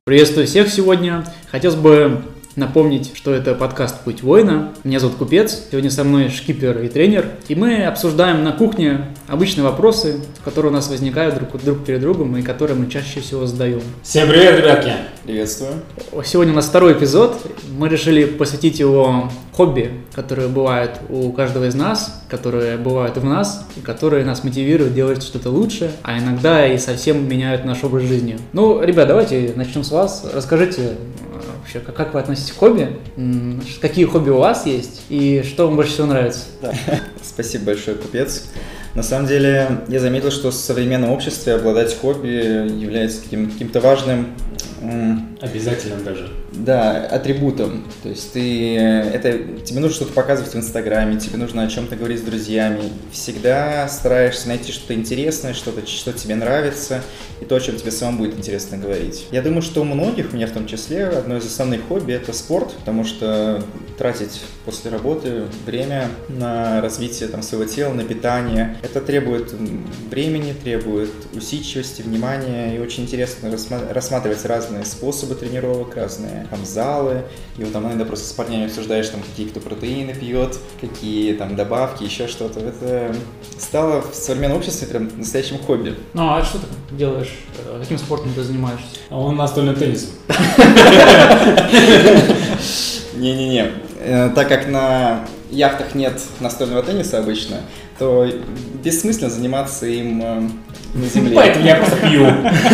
Приветствую всех сегодня. Хотелось бы напомнить, что это подкаст «Путь воина». Меня зовут Купец, сегодня со мной шкипер и тренер. И мы обсуждаем на кухне обычные вопросы, которые у нас возникают друг перед другом и которые мы чаще всего задаем. Всем привет, ребятки! Приветствую! Сегодня у нас второй эпизод. Мы решили посвятить его хобби, которые бывают у каждого из нас, которые бывают и в нас, и которые нас мотивируют делать что-то лучше, а иногда и совсем меняют наш образ жизни. Ну, ребят, давайте начнем с вас. Расскажите вообще, как вы относитесь к хобби, какие хобби у вас есть и что вам больше всего нравится? Да. Спасибо большое, Купец. На самом деле, я заметил, что в современном обществе обладать хобби является каким-то важным... Обязательным даже. Да, атрибутом. То есть тебе нужно что-то показывать в Инстаграме, тебе нужно о чем-то говорить с друзьями. Всегда стараешься найти что-то интересное, что тебе нравится, и то, о чем тебе самому будет интересно говорить. Я думаю, что у многих, меня в том числе, одно из основных хобби – это спорт, потому что тратить после работы время на развитие своего тела, на питание, это требует времени, требует усидчивости, внимания, и очень интересно рассматривать разные способы тренировок, разные залы, и вот иногда просто с парнями обсуждаешь, какие кто протеины пьет, какие добавки, еще что-то. Это стало в современном обществе прям настоящим хобби. Ну, а что ты делаешь? Каким спортом ты занимаешься? Он настольным теннисом. Не-не-не. Так как на яхтах нет настольного тенниса обычно, то бессмысленно заниматься им на земле. Поэтому я просто пью.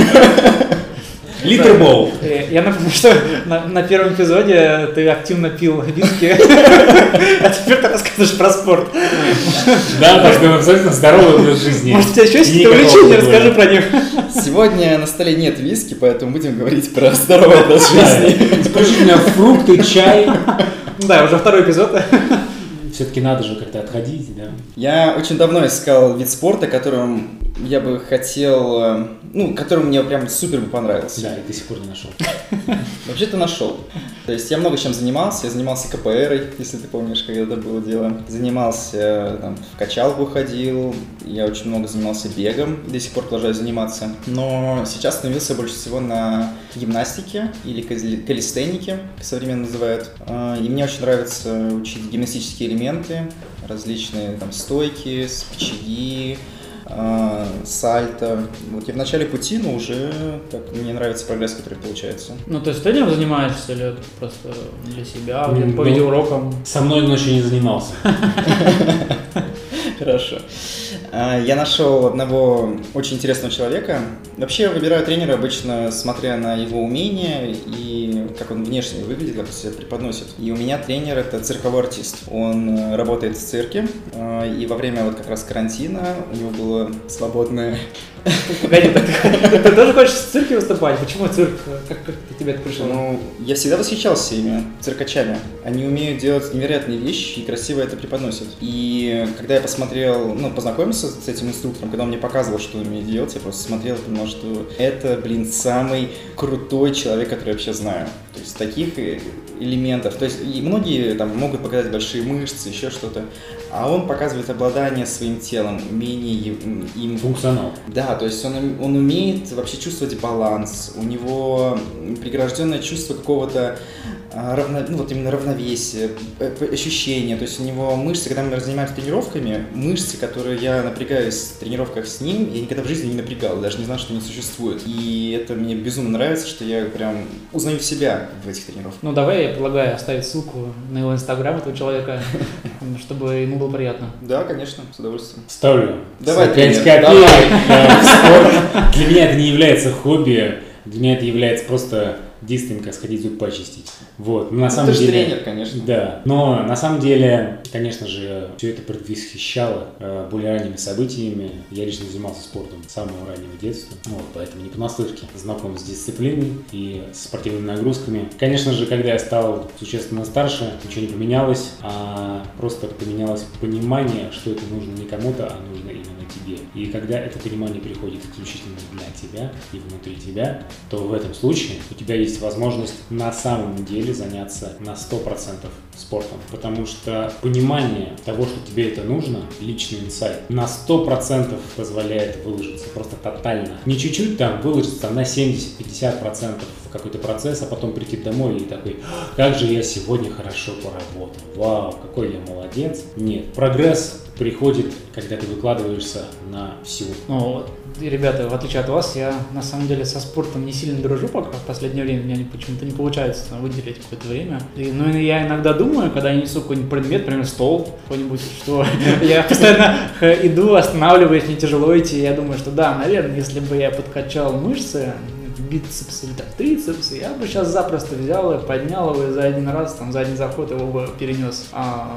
Литербол. Я напомню, что на первом эпизоде ты активно пил виски, а теперь ты рассказываешь про спорт. Да, так что абсолютно здоровый образ жизни. Может, у тебя еще есть какие-то увлечения, расскажи про них. Сегодня на столе нет виски, поэтому будем говорить про здоровый образ жизни. Скажи мне, фрукты, чай. Да, уже второй эпизод. Все-таки надо же как-то отходить, да? Я очень давно искал вид спорта, которым я бы хотел, который мне прям супер бы понравился. Да, и до сих пор не нашел. Вообще-то нашел. То есть я много чем занимался. Я занимался КПРой, если ты помнишь, когда это было дело. Занимался, в качалку ходил. Я очень много занимался бегом. До сих пор продолжаю заниматься. Но сейчас остановился больше всего на гимнастике или калистенике, как современно называют. И мне очень нравится учить гимнастические элементы, различные стойки, спичаги, сальто. Вот я в начале пути, но уже мне нравится прогресс, который получается. Ну, то есть ты этим занимаешься или это просто для себя, по видеоурокам? Со мной он еще не занимался. Хорошо. Я нашел одного очень интересного человека. Вообще я выбираю тренера обычно, смотря на его умения и как он внешне выглядит, как он себя преподносит. И у меня тренер – это цирковой артист. Он работает в цирке, и во время как раз карантина у него было свободное... Погоди, ты тоже хочешь в цирке выступать? Почему цирк? Как тебе это пришло? Я всегда восхищался ими, циркачами. Они умеют делать невероятные вещи и красиво это преподносят. И когда я познакомился с этим инструктором, когда он мне показывал, что он умеет делать, я просто смотрел и понимал, что это, самый крутой человек, который я вообще знаю. То есть таких элементов. То есть и многие могут показать большие мышцы, еще что-то. А он показывает обладание своим телом, умение им... Функционал. Да, то есть он умеет вообще чувствовать баланс, у него пригражденное чувство какого-то именно равновесия, ощущения. То есть у него мышцы, когда мы занимаемся тренировками, мышцы, которые я напрягаюсь в тренировках с ним, я никогда в жизни не напрягал, даже не знал, что они существуют. И это мне безумно нравится, что я прям узнаю себя в этих тренировках. Давай я предлагаю оставить ссылку на его инстаграм этого человека, чтобы ему было приятно. Да, конечно, с удовольствием. Ставлю. Давай, 5 копеек в спорт. Для меня это не является хобби, для меня это является просто действием, как сходить зуб почистить. Вот. Но на самом ты деле, же тренер, конечно. Да. Но на самом деле, конечно же, все это предвосхищало более ранними событиями. Я лично занимался спортом с самого раннего детства. Поэтому не понаслышке знаком с дисциплиной и с спортивными нагрузками. Конечно же, когда я стал существенно старше, ничего не поменялось, а просто поменялось понимание, что это нужно не кому-то, а нужно именно тебе. И когда это понимание приходит исключительно для тебя и внутри тебя, то в этом случае у тебя есть возможность на самом деле заняться на 100% спортом. Потому что понимание того, что тебе это нужно, личный инсайт, на 100% позволяет выложиться просто тотально. Не чуть-чуть там выложиться на 70-50% в какой-то процесс, а потом прийти домой и такой: как же я сегодня хорошо поработал, вау, какой я молодец. Нет, прогресс приходит, когда ты выкладываешься на всю. Ну, ребята, в отличие от вас, я на самом деле со спортом не сильно дружу пока. В последнее время у меня почему-то не получается выделить какое-то время. Ну, я иногда думаю, когда я несу какой-нибудь предмет, например, стол какой-нибудь, что я постоянно иду, останавливаюсь, мне тяжело идти. Я думаю, что да, наверное, если бы я подкачал мышцы, бицепс или трицепс, я бы сейчас запросто взял и поднял его и за один раз, там, за один заход его бы перенес.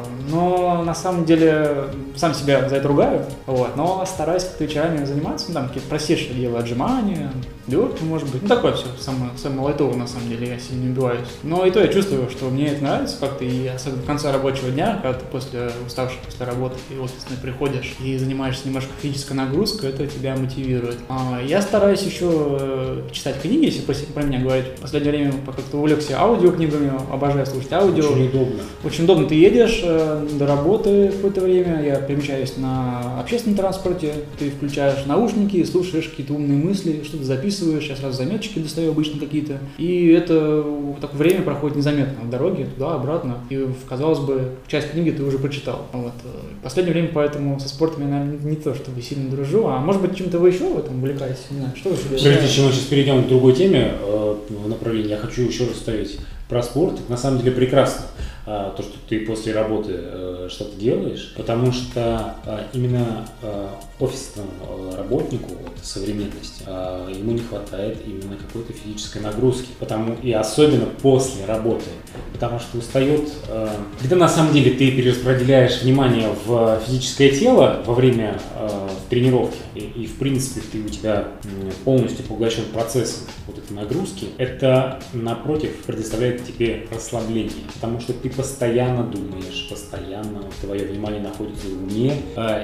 Но на самом деле сам себя за это ругаю, вот, но стараюсь как-то вечерами заниматься, ну, там какие-то простейшие делаю, отжимания, бёрпи, может быть, ну такое все, самое лайтовое на самом деле, я сильно не убиваюсь. Но и то я чувствую, что мне это нравится как-то, и особенно в конце рабочего дня, когда ты уставший после работы и офисной приходишь и занимаешься немножко физической нагрузкой, это тебя мотивирует. Я стараюсь еще читать книги, если про меня говорить. В последнее время как-то увлекся аудиокнигами, обожаю слушать аудио. Очень удобно. Очень удобно. Ты едешь до работы какое-то время, я перемещаюсь на общественном транспорте, ты включаешь наушники, слушаешь какие-то умные мысли, что-то записываешь, я сразу заметочки достаю обычно какие-то. И это такое время проходит незаметно в дороге, туда, обратно. И, казалось бы, часть книги ты уже прочитал. Вот. В последнее время поэтому со спортом я, наверное, не то чтобы сильно дружу, а может быть, чем-то вы еще в этом увлекаетесь? Не знаю, что вы себе... Прежде чем мы сейчас перейдем к другой теме в направлении, я хочу еще раз ставить про спорт. Это на самом деле прекрасно, то, что ты после работы что-то делаешь, потому что именно офисному работнику современности ему не хватает именно какой-то физической нагрузки, и особенно после работы, потому что устает, когда на самом деле ты перераспределяешь внимание в физическое тело во время тренировки, и в принципе у тебя полностью поглощен процессом вот этой нагрузки, это напротив предоставляет тебе расслабление, потому что ты постоянно думаешь, постоянно твое внимание находится в уме,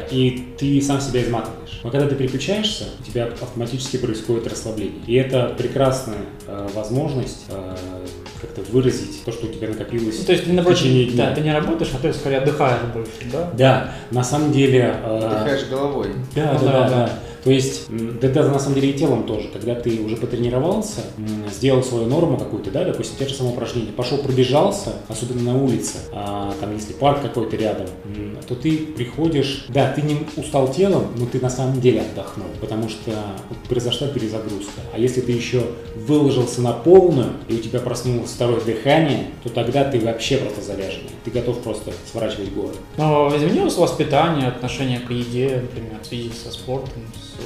и ты сам себя изматываешь. Но когда ты переключаешься, у тебя автоматически происходит расслабление. И это прекрасная возможность как-то выразить то, что у тебя накопилось, то есть ты, наоборот, в течение дня. Да, ты не работаешь, а ты скорее отдыхаешь больше, да? Да, на самом деле... Отдыхаешь головой. Да. То есть, это на самом деле и телом тоже. Когда ты уже потренировался, сделал свою норму какую-то, да, допустим, те же самоупражнения, пошел пробежался, особенно на улице, там если парк какой-то рядом, то ты приходишь, да, ты не устал телом, но ты на самом деле отдохнул, потому что произошла перезагрузка. А если ты еще выложился на полную, и у тебя проснулось второе дыхание, то тогда ты вообще просто заряженный. Ты готов просто сворачивать горы. Но изменилось у вас питание, отношение к еде, например, в связи со спортом, с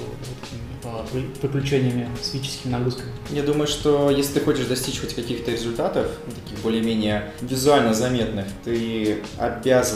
приключениями, с физическими нагрузками? Я думаю, что если ты хочешь достичь хоть каких-то результатов, таких более-менее визуально заметных, ты обязан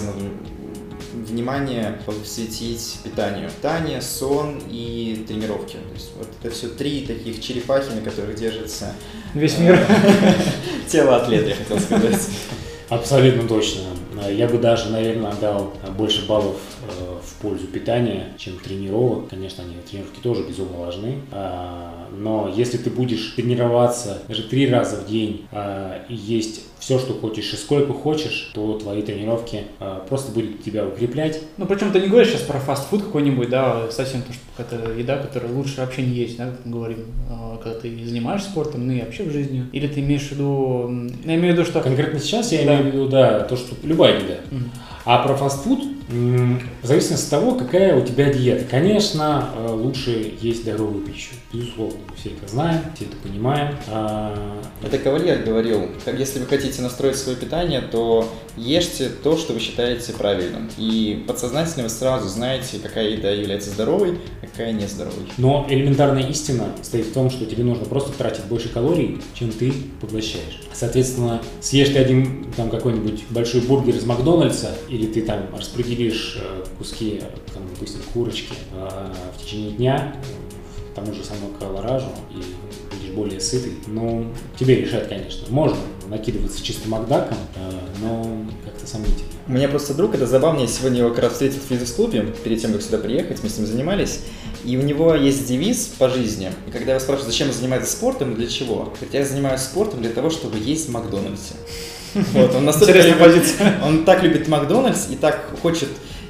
внимание посвятить питанию. Питание, сон и тренировки. То есть вот это все три таких черепахи, на которых держится весь мир. Тело атлета, я хотел сказать. Абсолютно точно. Я бы даже, наверное, дал больше баллов в пользу питания, чем тренировок. Конечно, тренировки тоже безумно важны. Но если ты будешь тренироваться даже 3 раза в день и есть все, что хочешь и сколько хочешь, то твои тренировки просто будут тебя укреплять. Ну, причем ты не говоришь сейчас про фастфуд какой-нибудь, да, совсем то, что какая-то еда, которая лучше вообще не есть, да, как мы говорим, когда ты занимаешься спортом, ну и вообще в жизни. Или ты имеешь в виду, я имею в виду, что... Конкретно сейчас я имею в виду, да, то, что любая еда. А про фастфуд, в зависимости от того, какая у тебя диета. Конечно, лучше есть здоровую пищу. Безусловно, мы все это знаем, все это понимаем. Это Кавальер говорил, если вы хотите настроить свое питание, то ешьте то, что вы считаете правильным. И подсознательно вы сразу знаете, какая еда является здоровой, а какая нездоровой. Но элементарная истина стоит в том, что тебе нужно просто тратить больше калорий, чем ты поглощаешь. Соответственно, съешь ты один там какой-нибудь большой бургер из Макдональдса, или ты там распределишь куски, там, допустим, курочки в течение дня, тому же самому колоражу, и будешь более сытый. Но тебе решать, конечно. Можно накидываться чисто Макдаком, но как-то сомнительно. У меня просто друг, это забавно, я сегодня его как раз встретил в фитнес-клубе, перед тем, как сюда приехать, мы с ним занимались, и у него есть девиз по жизни. И когда я его спрашиваю, зачем он занимается спортом и для чего? Говорит, я занимаюсь спортом для того, чтобы есть в Макдональдсе. Вот, он настолько интересная позиция. Он так любит Макдональдс и так хочет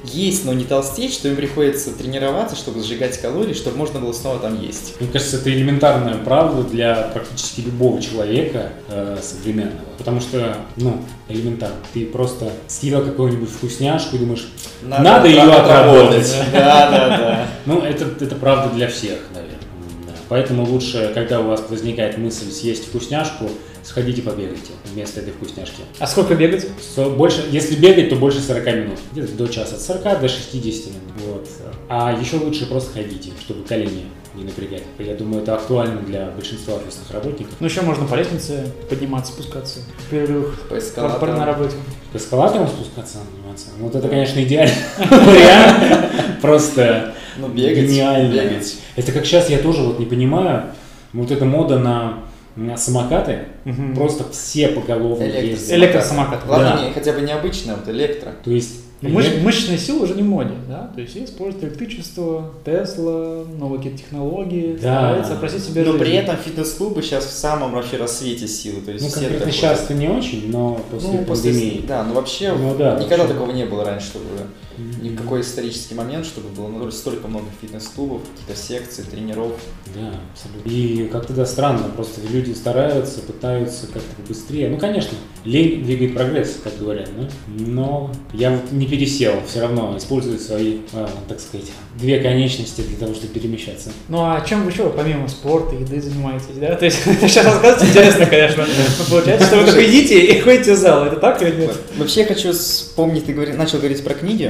есть, но не толстеть, что им приходится тренироваться, чтобы сжигать калории, чтобы можно было снова там есть. Мне кажется, это элементарная правда для практически любого человека современного. Потому что, элементарно. Ты просто съел какую-нибудь вкусняшку и думаешь, надо ее отработать. Да. Это правда для всех, наверное. Да. Поэтому лучше, когда у вас возникает мысль съесть вкусняшку, сходите побегайте вместо этой вкусняшки. А сколько бегать? Если бегать, то больше 40 минут. Где-то до часа. От 40 до 60 минут. Вот. А еще лучше просто ходите, чтобы колени не напрягать. Я думаю, это актуально для большинства офисных работников. Еще можно по лестнице подниматься, спускаться. В перерывах по эскалатору на работе. По эскалатору спускаться, заниматься? Это, конечно, идеальный вариант. Просто гениально. Бегать. Это как сейчас я тоже не понимаю. Вот эта мода на самокаты, просто все поголовно ездят. Электросамокат. Ладно, хотя бы необычно, электро. То есть мышечная сила уже не в моде, да? То есть используют электричество, Тесла, новые какие-то технологии, стараются опросить себя жизнь. Но при этом фитнес-клубы сейчас в самом вообще рассвете силы. То есть конкретно сейчас-то не очень, но после пандемии. Вообще никогда такого не было раньше, чтобы никакой исторический момент, чтобы было столько много фитнес-клубов, каких-то секций, тренеров. Да, абсолютно. И как-то странно, просто люди стараются, пытаются как-то быстрее. Конечно, лень двигает прогресс, как говорят, но я не пересел, все равно использую свои, так сказать, две конечности для того, чтобы перемещаться. А чем вы еще, помимо спорта, еды занимаетесь, да? То есть, это сейчас рассказывать интересно, конечно, но получается, что вы только едите и ходите в зал, это так или нет? Вообще я хочу вспомнить, ты начал говорить про книги,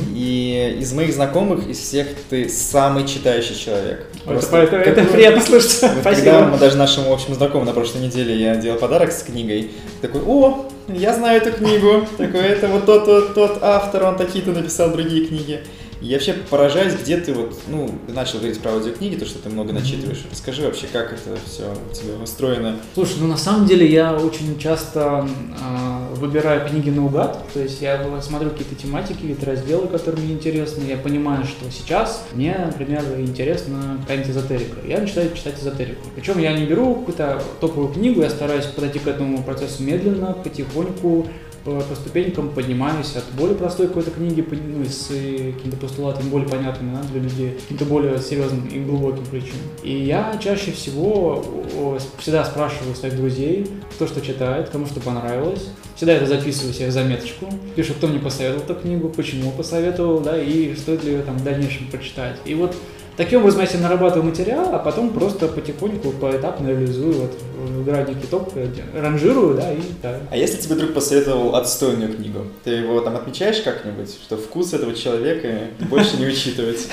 и из моих знакомых, из всех ты самый читающий человек. Это приятно слышать, спасибо. Когда мы даже нашему общему знакомому на прошлой неделе я делал подарок с книгой, такой, я знаю эту книгу, такой, это вот тот автор, он такие-то написал другие книги. Я вообще поражаюсь, где ты начал говорить про аудиокниги, то, что ты много начитываешь. Расскажи вообще, как это все у тебя устроено. Слушай, на самом деле я очень часто выбираю книги наугад, то есть я смотрю какие-то тематики, какие-то разделы, которые мне интересны, я понимаю, что сейчас мне, например, интересна какая-нибудь эзотерика. Я начинаю читать эзотерику. Причем я не беру какую-то топовую книгу, я стараюсь подойти к этому процессу медленно, потихоньку, по ступенькам поднимаюсь от более простой какой-то книги с какими-то постулатами более понятными для людей, каким-то более серьезным и глубоким причинам. И я чаще всего всегда спрашиваю своих друзей, кто что читает, кому что понравилось. Всегда это записываю себе в заметочку, пишу, кто мне посоветовал эту книгу, почему посоветовал, и стоит ли ее в дальнейшем прочитать. И таким образом я себе нарабатываю материал, а потом просто потихоньку, поэтапно реализую, выбираю некий топ, ранжирую, А если тебе вдруг посоветовал отстойную книгу, ты его отмечаешь как-нибудь, что вкус этого человека больше не учитывать?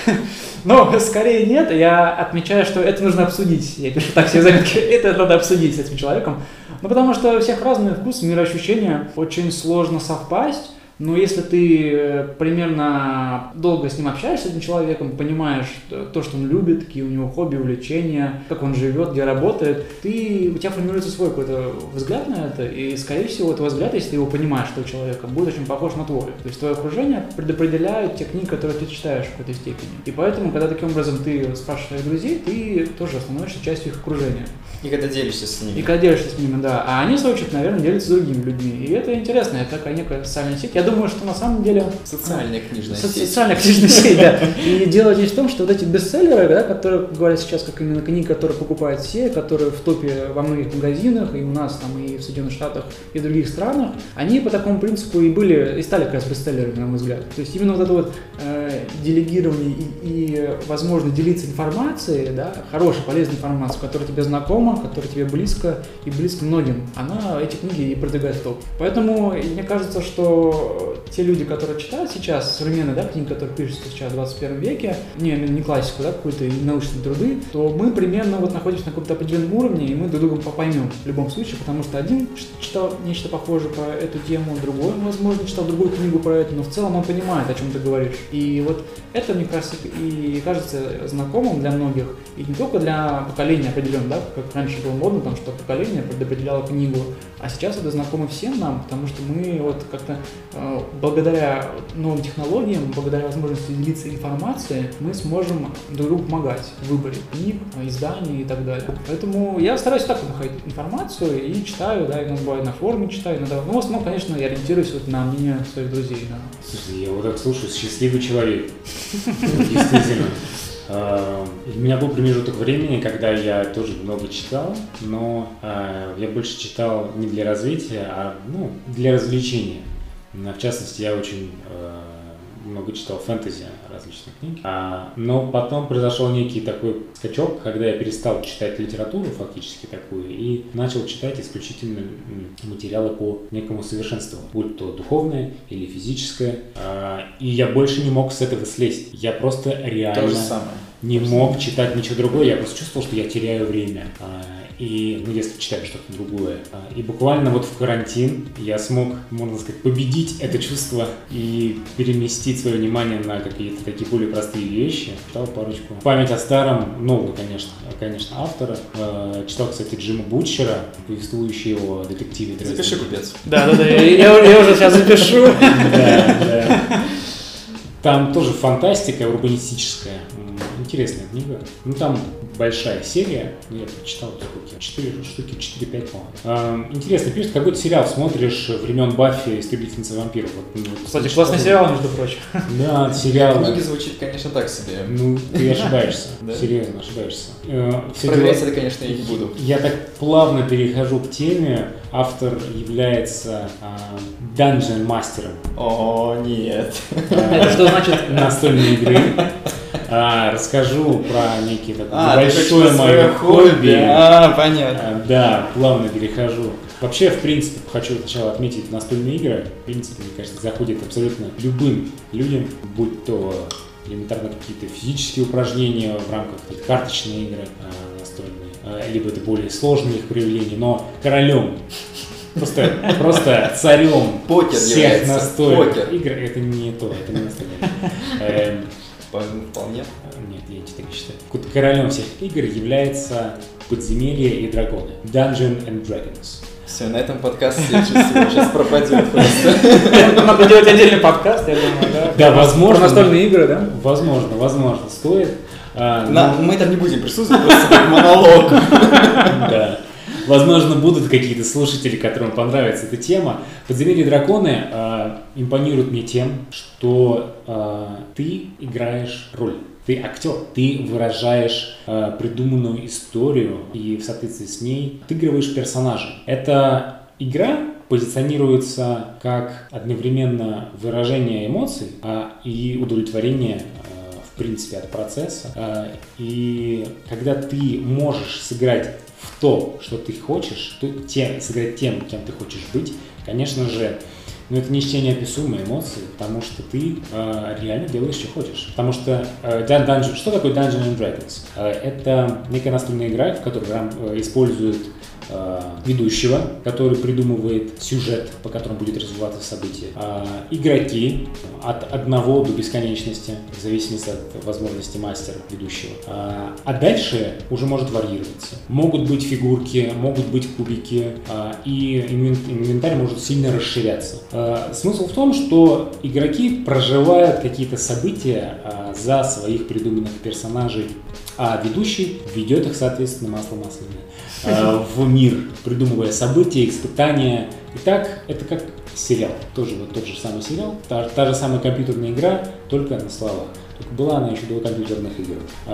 Скорее нет, я отмечаю, что это нужно обсудить. Я пишу так себе заметки, это надо обсудить с этим человеком. Потому что у всех разный вкус, мироощущения, очень сложно совпасть. Но если ты примерно долго с ним общаешься, с этим человеком, понимаешь то, что он любит, какие у него хобби, увлечения, как он живет, где работает, у тебя формируется свой какой-то взгляд на это, и, скорее всего, твой взгляд, если ты его понимаешь, что у человека, будет очень похож на твой. То есть твое окружение предопределяет те книги, которые ты читаешь в какой-то степени. И поэтому, когда таким образом ты спрашиваешь друзей, ты тоже становишься частью их окружения. И когда делишься с ними. Да. А они, в свою очередь, наверное, делятся с другими людьми. И это интересно, это такая некая социальная сеть. Я думаю, что на самом деле... Социальная книжная сеть. Социальная книжная сеть, да. И дело здесь в том, что эти бестселлеры, которые говорят сейчас, как именно книги, которые покупают все, которые в топе во многих магазинах, и у нас, и в Соединенных Штатах, и в других странах, они по такому принципу и стали как раз бестселлерами, на мой взгляд. То есть именно это делегирование и возможность делиться информацией, хорошей, полезной информацией, которая тебе знакома, которая тебе близко и близко многим, эти книги и продвигает в топ. Поэтому мне кажется, что те люди, которые читают сейчас современные книги, которые пишутся сейчас в 21 веке, не классику, какую-то и научные труды, то мы примерно находимся на каком-то определенном уровне, и мы друг друга поймем в любом случае, потому что один читал нечто похожее по эту тему, другой, возможно, читал другую книгу про это, но в целом он понимает, о чем ты говоришь. И это, мне кажется, и кажется знакомым для многих, и не только для поколения определенного, да, как раньше было модно, там, что поколение предопределяло книгу, а сейчас это знакомо всем нам, потому что мы вот как-то благодаря новым технологиям, благодаря возможности делиться информацией, мы сможем друг другу помогать в выборе книг, изданий и так далее. Поэтому я стараюсь так находить информацию и читаю, да, иногда бывает на форуме читаю, иногда, в основном, конечно, я ориентируюсь вот на мнение своих друзей. Да. Слушай, я вот так слушаю, счастливый человек. Действительно. У меня был промежуток времени, когда я тоже много читал, но я больше читал не для развития, а для развлечения. В частности, я очень много читал фэнтези различных книг. Но потом произошел некий такой скачок, когда я перестал читать литературу фактически такую и начал читать исключительно материалы по некому совершенству, будь то духовное или физическое. И я больше не мог с этого слезть. Я просто реально не мог читать ничего другое. Я просто чувствовал, что я теряю время. И, если читаю что-то другое. И буквально вот в карантин я смог, можно сказать, победить это чувство и переместить свое внимание на какие-то такие более простые вещи. Читал парочку. Память о старом, нового, конечно, автора. Читал, кстати, Джима Бутчера, повествующий о детективе Дрездена. Запиши, купец. Да, я уже сейчас запишу. Да. Там тоже фантастика урбанистическая. Интересная книга. Там большая серия. Я прочитал сколько? 4 штуки, 4-5, по-моему. Интересно, пишет, какой-то сериал смотришь времен Баффи, Истребительница вампиров. Кстати, классный сериал, между прочим. Да, сериал. Книги звучит, конечно, так себе. Ты ошибаешься. Серьезно ошибаешься. Проверять это, конечно, я не буду. Я так плавно перехожу к теме. Автор является Dungeon мастером. О, нет. Это что значит? Настольной игры. Расскажу про некий такой большое мое хобби. Понятно. Да, плавно перехожу. Вообще, в принципе, хочу сначала отметить настольные игры. В принципе, мне кажется, заходят абсолютно любым людям, будь то элементарно какие-то физические упражнения в рамках карточной игры настольные, либо это более сложные их проявления, но королем. Просто царем всех настольных игр. Это не то, это не настольные. Вполне. Нет, я не так считаю. Королем всех игр является подземелье и драконы. Dungeons and Dragons. Все, на этом подкаст сейчас пропадет просто. Надо делать отдельный подкаст, я думаю, да? Да, возможно. Про настольные игры, да? Возможно, стоит. Мы там не будем присутствовать, просто как монолог. Да. Возможно, будут какие-то слушатели, которым понравится эта тема. «Подземелье и драконы» импонируют мне тем, что ты играешь роль. Ты актер, ты выражаешь придуманную историю и в соответствии с ней отыгрываешь персонажа. Эта игра позиционируется как одновременно выражение эмоций и удовлетворение в принципе от процесса. И когда ты можешь сыграть в то, что ты хочешь, сыграть тем, кем ты хочешь быть, конечно же, это ни с чем не описуемые эмоции, потому что ты реально делаешь, что хочешь. Потому что что такое Dungeons and Dragons? Это некая настольная игра, в которой используют ведущего, который придумывает сюжет, по которому будет развиваться событие. Игроки от 1 до бесконечности, в зависимости от возможности мастера, ведущего. А дальше уже может варьироваться. Могут быть фигурки, могут быть кубики, и инвентарь может сильно расширяться. Смысл в том, что игроки проживают какие-то события за своих придуманных персонажей, а ведущий ведет их, соответственно, масло масляное в мир, придумывая события, испытания. Итак, это как сериал, тоже вот тот же самый сериал, та же самая компьютерная игра, только на словах. Только была она еще до компьютерных игр.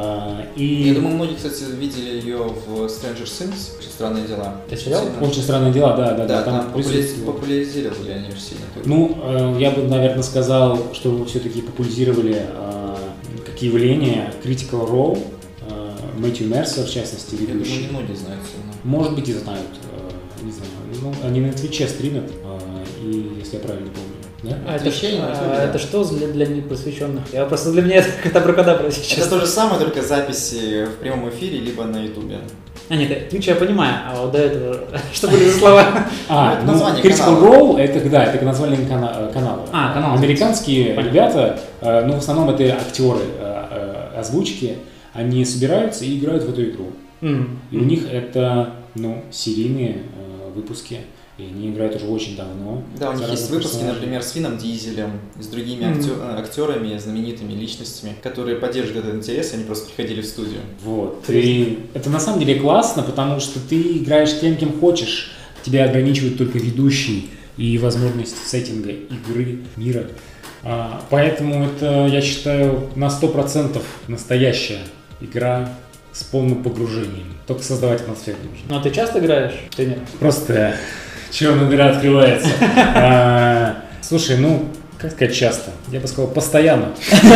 Я думаю, многие, кстати, видели ее в Stranger Things, «Очень странные дела». Это сериал? «Очень странные дела», да. Да, там популяризировали они же сильно. Ну, я бы, наверное, сказал, что вы все-таки популяризировали как явление Critical Role, Мэтью Мерсер, в частности, ведущий. Я думаю, многие знают все равно. Может быть, и знают, не знаю. Ну, они на Твиче стримят, и, если я правильно помню. Да? Это что для непосвященных? Для меня это абракадабра сейчас. Это то же самое, только записи в прямом эфире, либо на Ютубе. Нет, Twitch я понимаю, а вот до этого, что были за слова? Это название Critical канала. Role, это название канала. Канал. Американские ребята, в основном это актеры озвучки, они собираются и играют в эту игру. И у них это, серийные выпуски. И они играют уже очень давно. Да, у них есть выпуски, например, с Вином Дизелем, с другими актерами, знаменитыми личностями, которые поддерживают этот интерес, они просто приходили в студию. Вот. И это на самом деле классно, потому что ты играешь тем, кем хочешь. Тебя ограничивает только ведущий и возможность сеттинга игры, мира. Поэтому это, я считаю, на 100% настоящая игра с полным погружением. Только создавать атмосферу нужно. Ну а ты часто играешь? Ты нет? Просто черная дыра открывается. Слушай, как сказать часто? Я бы сказал, постоянно.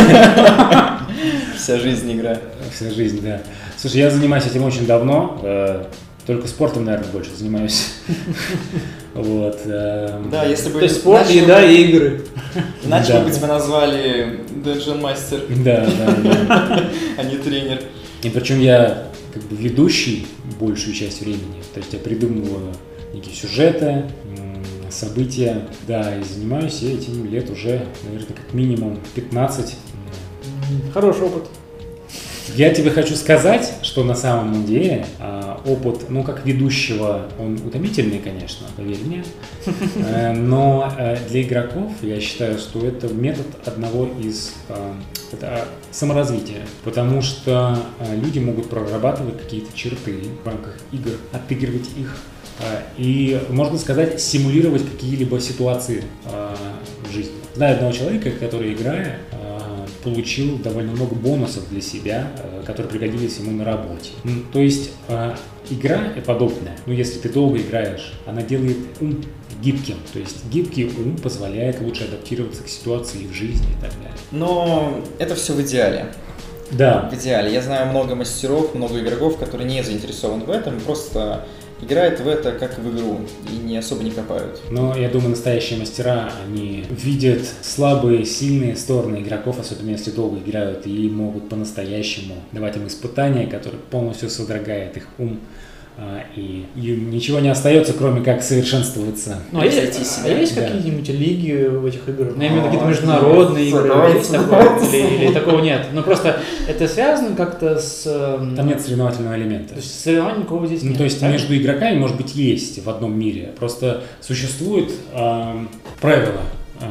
Вся жизнь игра. Вся жизнь, да. Слушай, я занимаюсь этим очень давно. Только спортом, наверное, больше занимаюсь. Вот. Да, если бы... То есть спорт, еда и игры. Иначе бы тебя назвали Dungeon Master. Да. А не тренер. И причем я как бы ведущий большую часть времени. То есть я придумываю некие сюжеты, события. Да, и занимаюсь я этим лет уже, наверное, как минимум 15. Хороший опыт. Я тебе хочу сказать, что на самом деле опыт, как ведущего, он утомительный, конечно, поверь мне, но для игроков я считаю, что это метод одного из саморазвития, потому что люди могут прорабатывать какие-то черты в рамках игр, отыгрывать их и, можно сказать, симулировать какие-либо ситуации в жизни. Знаю одного человека, который, играя, получил довольно много бонусов для себя, которые пригодились ему на работе. То есть игра подобная, если ты долго играешь, она делает ум гибким. То есть гибкий ум позволяет лучше адаптироваться к ситуации в жизни и так далее. Но это все в идеале. Да. В идеале. Я знаю много мастеров, много игроков, которые не заинтересованы в этом, просто играют в это как в игру и не особо не копают. Но я думаю, настоящие мастера, они видят слабые, сильные стороны игроков, особенно если долго играют, и могут по-настоящему давать им испытания, которые полностью содрогают их ум, и им ничего не остается, кроме как совершенствоваться. Ну, есть какие-нибудь лиги в этих играх? Я имею в виду какие-то международные игры, есть такое? Или такого нет? Просто это связано как-то с... Там нет соревновательного элемента. То есть соревнований никого здесь нет? То есть между игроками, может быть, есть в одном мире. Просто существуют правила.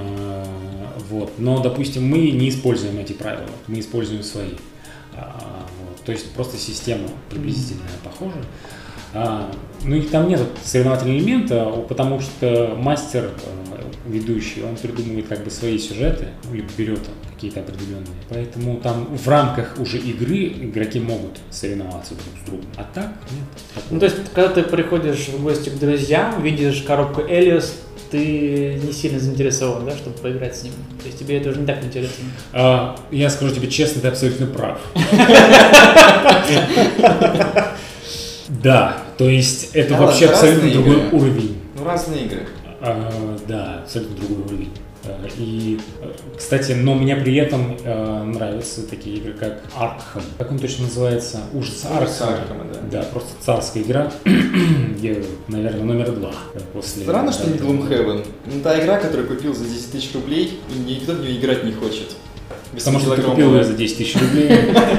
Но, допустим, мы не используем эти правила, мы используем свои. То есть просто система приблизительно похожа. И там нет соревновательного элемента, потому что мастер, ведущий, он придумывает как бы свои сюжеты, или берет какие-то определенные. Поэтому там в рамках уже игры игроки могут соревноваться друг с другом. А так нет. То есть, когда ты приходишь в гости к друзьям, видишь коробку Элиос, ты не сильно заинтересован, да, чтобы поиграть с ним? То есть тебе это уже не так интересно? Я скажу тебе честно, ты абсолютно прав. Да, то есть это вообще абсолютно другой уровень. Разные игры. Да, абсолютно другой уровень. И, кстати, но мне при этом нравятся такие игры, как Arkham. Как он точно называется? Ужас Аркхема. Да, просто царская игра. Я, наверное, номер 2 после... Странно, что не Gloomhaven. Та игра, которую купил за 10 тысяч рублей, и никто в нее играть не хочет. Потому что ты купил ее за 10 тысяч рублей.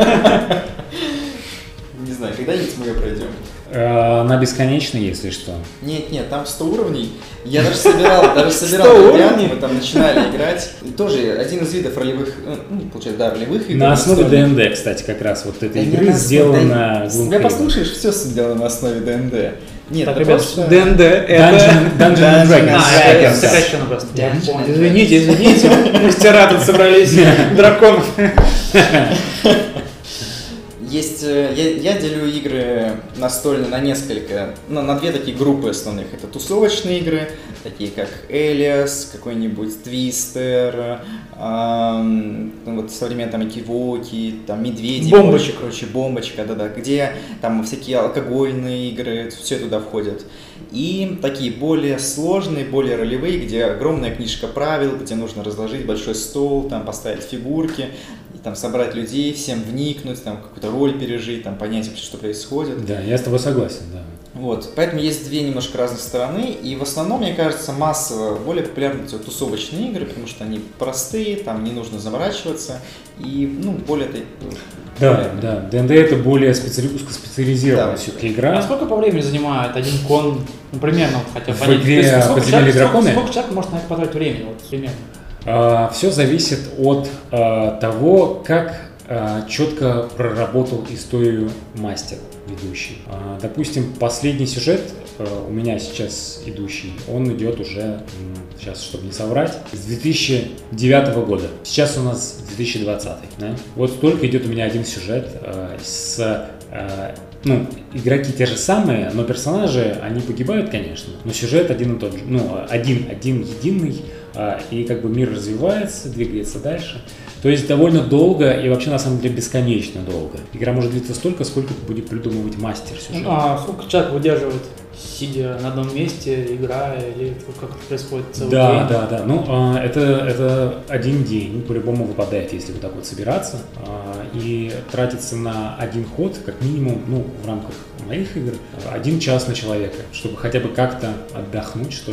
Не знаю, когда-нибудь мы ее пройдем. Она бесконечная, если что. Нет, там 100 уровней. Я даже собирал варианты, мы там начинали играть. Тоже один из видов ролевых, получается, ролевых игр. На основе ДНД, кстати, как раз вот этой игры сделана Gloomhaven. Тебя послушаешь, все сделано на основе ДНД. Нет, так, ребят, просто... ДНД это... Dungeons and Dragons. Это сокращенно просто. Извините, мастера тут собрались, драконов. Есть, я делю игры настольные на несколько, на две такие группы основных. Это тусовочные игры, такие как Элиас, какой-нибудь Twister, вот современные там Экивоки, там Медведи, Бомбочка, да-да, где там всякие алкогольные игры, все туда входят. И такие более сложные, более ролевые, где огромная книжка правил, где нужно разложить большой стол, там поставить фигурки. там собрать людей, всем вникнуть, там какую-то роль пережить, там понять вообще, что происходит. Да, я с тобой согласен, да. Вот, поэтому есть две немножко разных стороны, и в основном, мне кажется, массово более популярны эти вот тусовочные игры, потому что они простые, там не нужно заморачиваться, и, ну, более... Да, ДНД это более узкоспециализированная все-таки игра. А сколько по времени занимает один кон, ну, примерно, вот, хотя в игре «Подземелье драконы»? Сколько человек может на это потратить времени, вот, примерно? Все зависит от того, как четко проработал историю мастер ведущий. Допустим, последний сюжет у меня сейчас идущий, он идет уже, сейчас, чтобы не соврать, с 2009 года. Сейчас у нас 2020. Да? Вот столько идет у меня один сюжет ну, игроки те же самые, но персонажи, они погибают, конечно, но сюжет один и тот же, ну, один единый, и как бы мир развивается, двигается дальше. То есть довольно долго и вообще на самом деле бесконечно долго. Игра может длиться столько, сколько будет придумывать мастер сюжета. А сколько человек выдерживает, сидя на одном месте, играя, или как это происходит целый день? Да. Ну, это один день, по-любому выпадает, если вот так вот собираться. И тратится на один ход, как минимум, ну, в рамках моих игр, 1 час на человека, чтобы хотя бы как-то отдохнуть, что ли.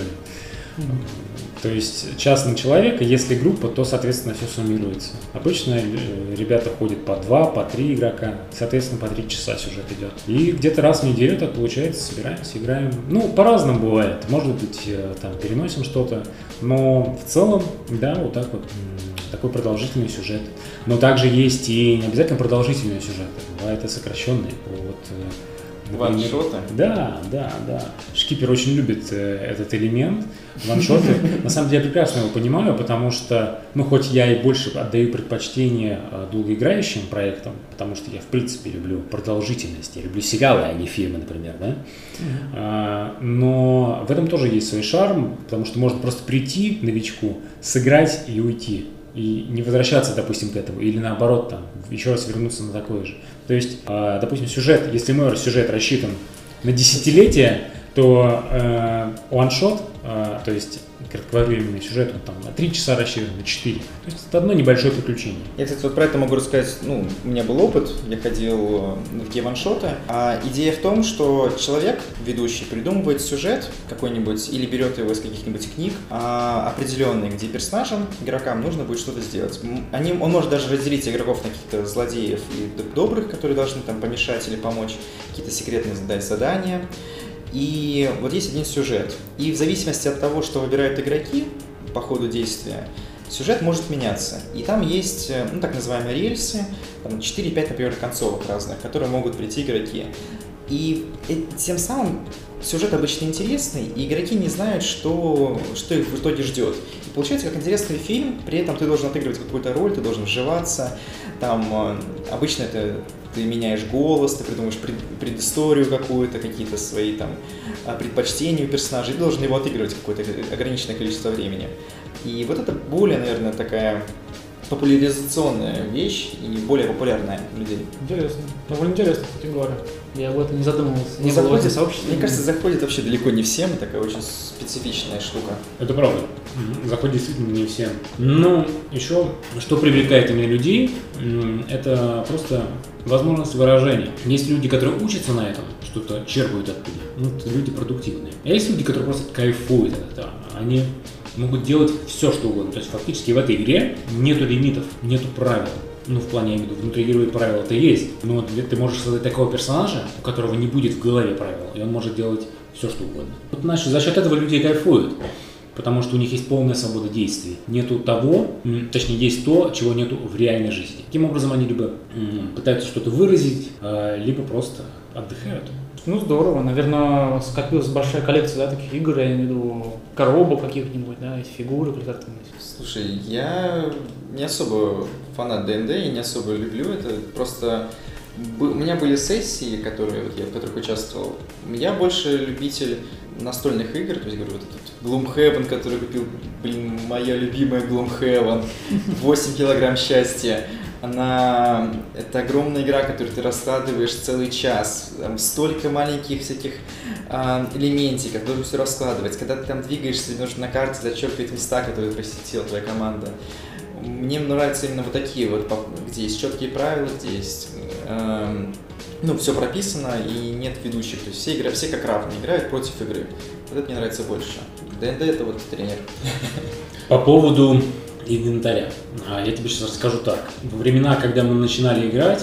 То есть час на человека, если группа, то, соответственно, все суммируется. Обычно ребята ходят по 2, по 3 игрока, соответственно, по 3 часа сюжет идет. И где-то раз в неделю так получается, собираемся, играем. Ну, по-разному бывает. Может быть, там переносим что-то, но в целом, да, вот так вот, такой продолжительный сюжет. Но также есть и не обязательно продолжительные сюжеты, бывают и сокращенные. Вот, ваншоты? Да. Шкипер очень любит этот элемент, ваншоты. На самом деле я прекрасно его понимаю, потому что, ну, хоть я и больше отдаю предпочтение долгоиграющим проектам, потому что я, в принципе, люблю продолжительность, я люблю сериалы, а не фильмы, например, да? Но в этом тоже есть свой шарм, потому что можно просто прийти новичку, сыграть и уйти. И не возвращаться, допустим, к этому, или наоборот, там, еще раз вернуться на такое же. То есть, допустим, сюжет, если мой сюжет рассчитан на десятилетие, то one-shot, то есть кратковременный сюжет, он там на 3 часа рассчитан, на 4. То есть это одно небольшое приключение. Я, кстати, вот про это могу рассказать. Ну, у меня был опыт, я ходил в такие ваншоты. Идея в том, что человек, ведущий, придумывает сюжет какой-нибудь или берет его из каких-нибудь книг определенный, где персонажам, игрокам нужно будет что-то сделать. Он может даже разделить игроков на каких-то злодеев и добрых, которые должны там помешать или помочь, какие-то секретные задания. И вот есть один сюжет. И в зависимости от того, что выбирают игроки по ходу действия, сюжет может меняться. И там есть, ну, так называемые рельсы, там 4-5, например, концовок разных, к которым могут прийти игроки. И тем самым сюжет обычно интересный, и игроки не знают, что их в итоге ждет. И получается как интересный фильм, при этом ты должен отыгрывать какую-то роль, ты должен вживаться. Там обычно это ты меняешь голос, ты придумаешь предысторию какую-то, какие-то свои там предпочтения у персонажей, ты должен его отыгрывать какое-то ограниченное количество времени. И вот это более, наверное, такая популяризационная вещь и более популярная у людей. Интересно. Довольно интересно, кстати говоря. Я об этом не задумывался. Не было в сообществе. Мне кажется, заходит вообще далеко не всем, такая очень специфичная штука. Это правда. Заходит действительно не всем. Но еще, что привлекает именно людей, это просто возможность выражения. Есть люди, которые учатся на этом, что-то черпают оттуда. Ну, это люди продуктивные. А есть люди, которые просто кайфуют от этого. Они могут делать все, что угодно. То есть фактически в этой игре нету лимитов, нету правил. Ну, в плане, я имею в виду, внутриигровые правила-то есть, но ты можешь создать такого персонажа, у которого не будет в голове правил, и он может делать все, что угодно. Вот, значит, за счет этого люди кайфуют, потому что у них есть полная свобода действий. Нету того, точнее, есть то, чего нету в реальной жизни. Таким образом, они либо пытаются что-то выразить, либо просто отдыхают. Ну, здорово. Наверное, скопилась большая коллекция, да, таких игр, я имею в виду коробок каких-нибудь, да, фигуры, которые там есть. Слушай, я не особо фанат ДНД и не особо люблю это. Просто у меня были сессии, в которых участвовал. Я больше любитель настольных игр, то есть, говорю, вот этот Gloomhaven, который купил, моя любимая Gloomhaven, 8 килограмм счастья. Это огромная игра, которую ты раскладываешь целый час. Там столько маленьких всяких элементиков, должен все раскладывать. Когда ты там двигаешься, нужно на карте зачеркивать места, которые просветила твоя команда. Мне нравятся именно вот такие вот, где есть четкие правила, где есть, все прописано и нет ведущих. То есть все как равные играют против игры. Вот это мне нравится больше. ДНД это вот тренер. По поводу инвентаря. Я тебе сейчас расскажу так. Во времена, когда мы начинали играть,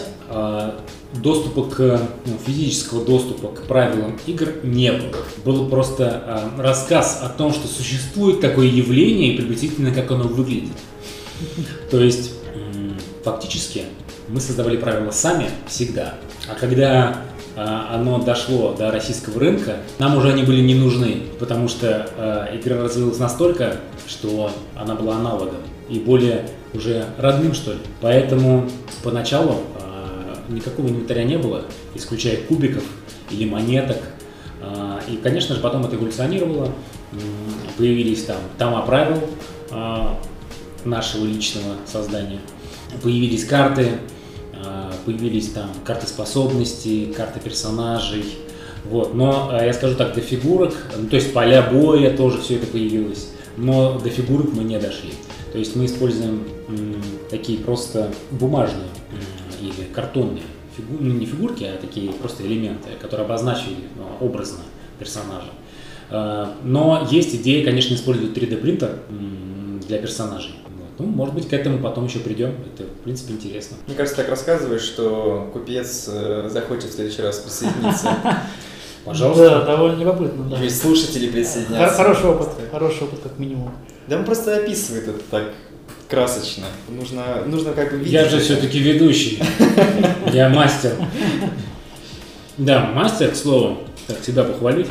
физического доступа к правилам игр не было. Был просто рассказ о том, что существует такое явление и приблизительно как оно выглядит. То есть, фактически, мы создавали правила сами всегда. А когда оно дошло до российского рынка, нам уже они были не нужны, потому что игра развилась настолько, что она была аналогом и более уже родным, что ли. Поэтому поначалу никакого инвентаря не было, исключая кубиков или монеток. И, конечно же, потом это эволюционировало. Появились там тома правил нашего личного создания. Появились карты, появились там карты способностей, карты персонажей. Вот. Но я скажу так, до фигурок, то есть поля боя тоже все это появилось, но до фигурок мы не дошли. То есть мы используем такие просто бумажные или картонные не фигурки, а такие просто элементы, которые обозначили образно персонажа. Но есть идея, конечно, использовать 3D принтер для персонажей. Вот. Может быть, к этому потом еще придем. Это, в принципе, интересно. Мне кажется, так рассказываешь, что купец захочет в следующий раз присоединиться. Пожалуйста. Да, довольно любопытно, да. И слушатели присоединятся. Хороший опыт, как минимум. Да он просто описывает это так красочно. Нужно как бы видеть. Я же все-таки ведущий. Я мастер. Да, мастер, к слову, так себя похвалить.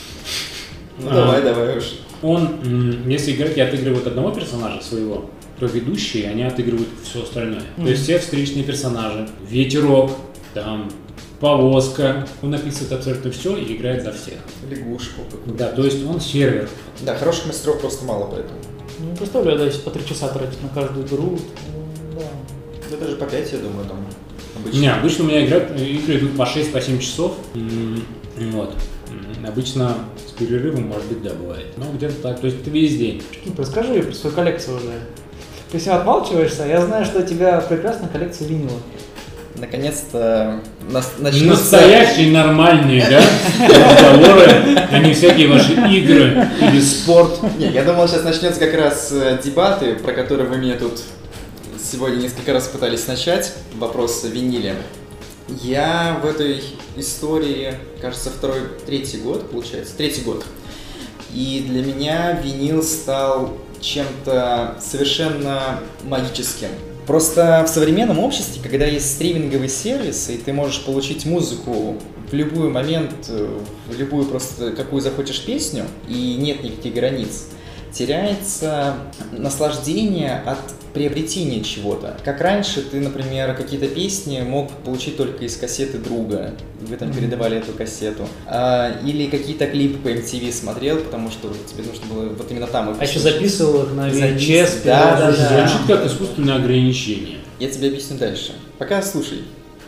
Ну давай уж. Он, если игроки отыгрывают одного персонажа своего, то ведущие, они отыгрывают все остальное. То есть все встречные персонажи, ветерок, там, повозка, он описывает абсолютно все и играет за всех. Лягушку какую-то. Да, то есть он сервер. Да, хороших мастеров просто мало поэтому. Ну, представляю, да, если по 3 часа тратить на каждую игру, да. Да даже по 5, я думаю, там обычно. Не, обычно у меня игры идут по 6-7 часов. Вот. Обычно с перерывом, может быть, да, бывает. Но где-то так, то есть это весь день. Расскажи про свою коллекцию уже. Ты все отмалчиваешься, я знаю, что у тебя прекрасная коллекция винила. Наконец-то начнутся... Настоящие нормальные, да, разговоры, а не всякие ваши игры или спорт. Не, я думал, сейчас начнется как раз дебаты, про которые вы меня тут сегодня несколько раз пытались начать. Вопрос о виниле. Я в этой истории, кажется, третий год, получается, третий год. И для меня винил стал чем-то совершенно магическим. Просто в современном обществе, когда есть стриминговый сервис, и ты можешь получить музыку в любой момент, в любую просто какую захочешь песню, и нет никаких границ, теряется наслаждение от приобретения чего-то. Как раньше ты, например, какие-то песни мог получить только из кассеты друга, вы там передавали эту кассету, или какие-то клипы по MTV смотрел, потому что тебе нужно было вот именно там их. А еще записывал их на VHS. Да. Звучит как искусственное ограничение. Я тебе объясню дальше. Пока слушай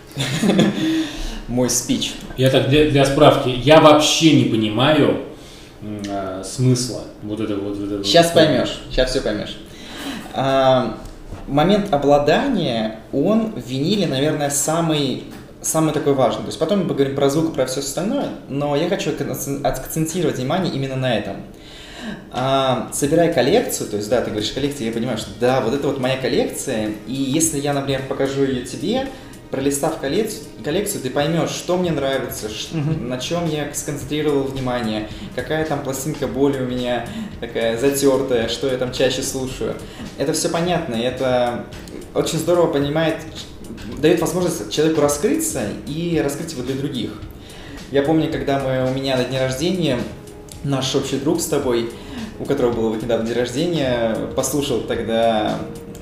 мой спич. Я так для справки, я вообще не понимаю смысла вот этого. Сейчас поймешь, сейчас все поймешь. Момент обладания, он в виниле, наверное, самый такой важный. То есть потом мы поговорим про звук, про все остальное, но я хочу акцентировать внимание именно на этом. Собирай коллекцию, то есть, да, ты говоришь коллекция, я понимаю, что да, вот это вот моя коллекция, и если я, например, покажу ее тебе, пролистав коллекцию, ты поймешь, что мне нравится, на чем я сконцентрировал внимание, какая там пластинка более у меня такая затертая, что я там чаще слушаю. Это все понятно, и это очень здорово дает возможность человеку раскрыться и раскрыть его для других. Я помню, когда у меня на дне рождения, наш общий друг с тобой, у которого было вот недавно день рождения, послушал тогда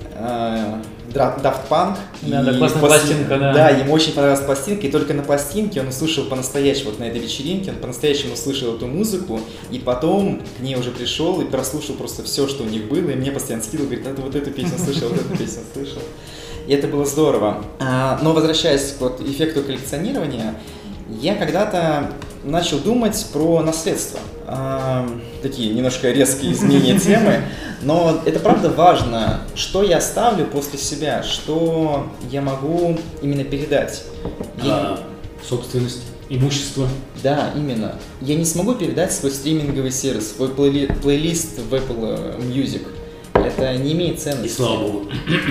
Daft Punk. Да, классная пластинка, да. Да, ему очень понравилась пластинка, и только на пластинке он услышал по-настоящему, вот на этой вечеринке, он по-настоящему услышал эту музыку, и потом к ней уже пришел и прослушал просто все, что у них было, и мне постоянно скидывал, говорит, вот эту песню слышал, вот эту песню слышал. И это было здорово. Но возвращаясь к эффекту коллекционирования, я когда-то начал думать про наследство. Такие немножко резкие изменения темы, но это правда важно, что я оставлю после себя, что я могу именно передать. Собственность, имущество. Да, именно. Я не смогу передать свой стриминговый сервис, свой плейлист в Apple Music. Это не имеет ценности. И слава богу.